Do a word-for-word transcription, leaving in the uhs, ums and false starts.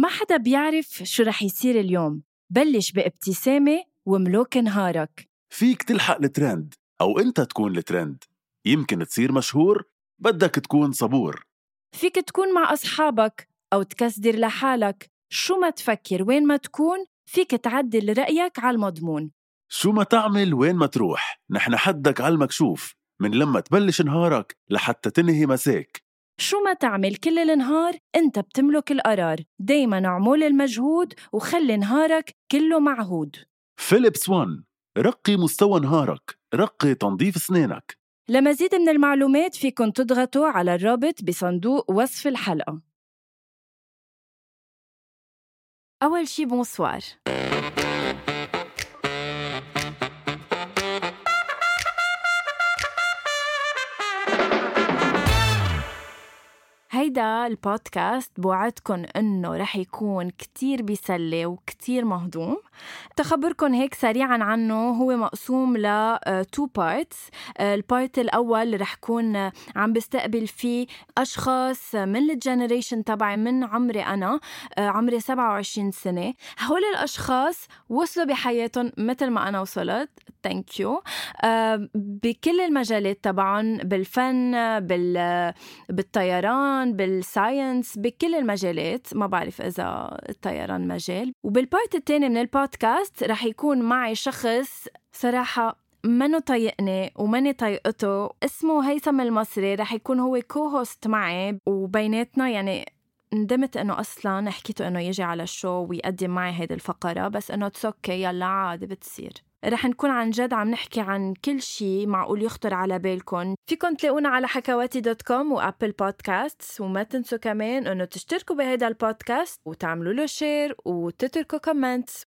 ما حدا بيعرف شو رح يصير اليوم. بلش بابتسامة وملوك نهارك. فيك تلحق الترند أو أنت تكون الترند. يمكن تصير مشهور، بدك تكون صبور. فيك تكون مع أصحابك أو تكسدر لحالك. شو ما تفكر وين ما تكون، فيك تعدل رأيك على المضمون. شو ما تعمل وين ما تروح، نحن حدك على المكشوف، من لما تبلش نهارك لحتى تنهي مساك. شو ما تعمل كل النهار، انت بتملك القرار. دايما اعمل المجهود وخلي نهارك كله معهود. فيليبس وان، رقي مستوى نهارك، رقي تنظيف سنينك. لمزيد من المعلومات فيكن تضغطوا على الرابط بصندوق وصف الحلقة. أول شي بونسوار. هيدا البودكاست بوعدكن إنه رح يكون كتير بيسلي وكتير مهضوم. تخبركن هيك سريعاً عنه، هو مقسوم ل two parts. البارت الأول رح كون عم بستقبل فيه أشخاص من الجنريشن تبعي، من عمري أنا، عمري سبعة وعشرين سنة. هول الأشخاص وصلوا بحياتهم مثل ما أنا وصلت، thank you، بكل المجالات طبعاً، بالفن، بال بالطيران، بالساينس، بكل المجالات. ما بعرف إذا الطيران مجال. وبالبارت الثاني من البودكاست رح يكون معي شخص صراحة منو طيقني وماني طيقته، اسمه هيثم المصري. رح يكون هو كو-هوست معي، وبيناتنا يعني ندمت انه اصلا حكيته انه يجي على الشو ويقدم معي هيدي الفقرة، بس انه تسوكي يلا عادي بتصير. رح نكون عن جد عم نحكي عن كل شي معقول يخطر على بالكم. فيكن تلاقونا على حكواتي دوت كوم وابل بودكاست، وما تنسوا كمان انه تشتركوا بهيدا البودكاست وتعملوا له شير وتتركوا كومنت.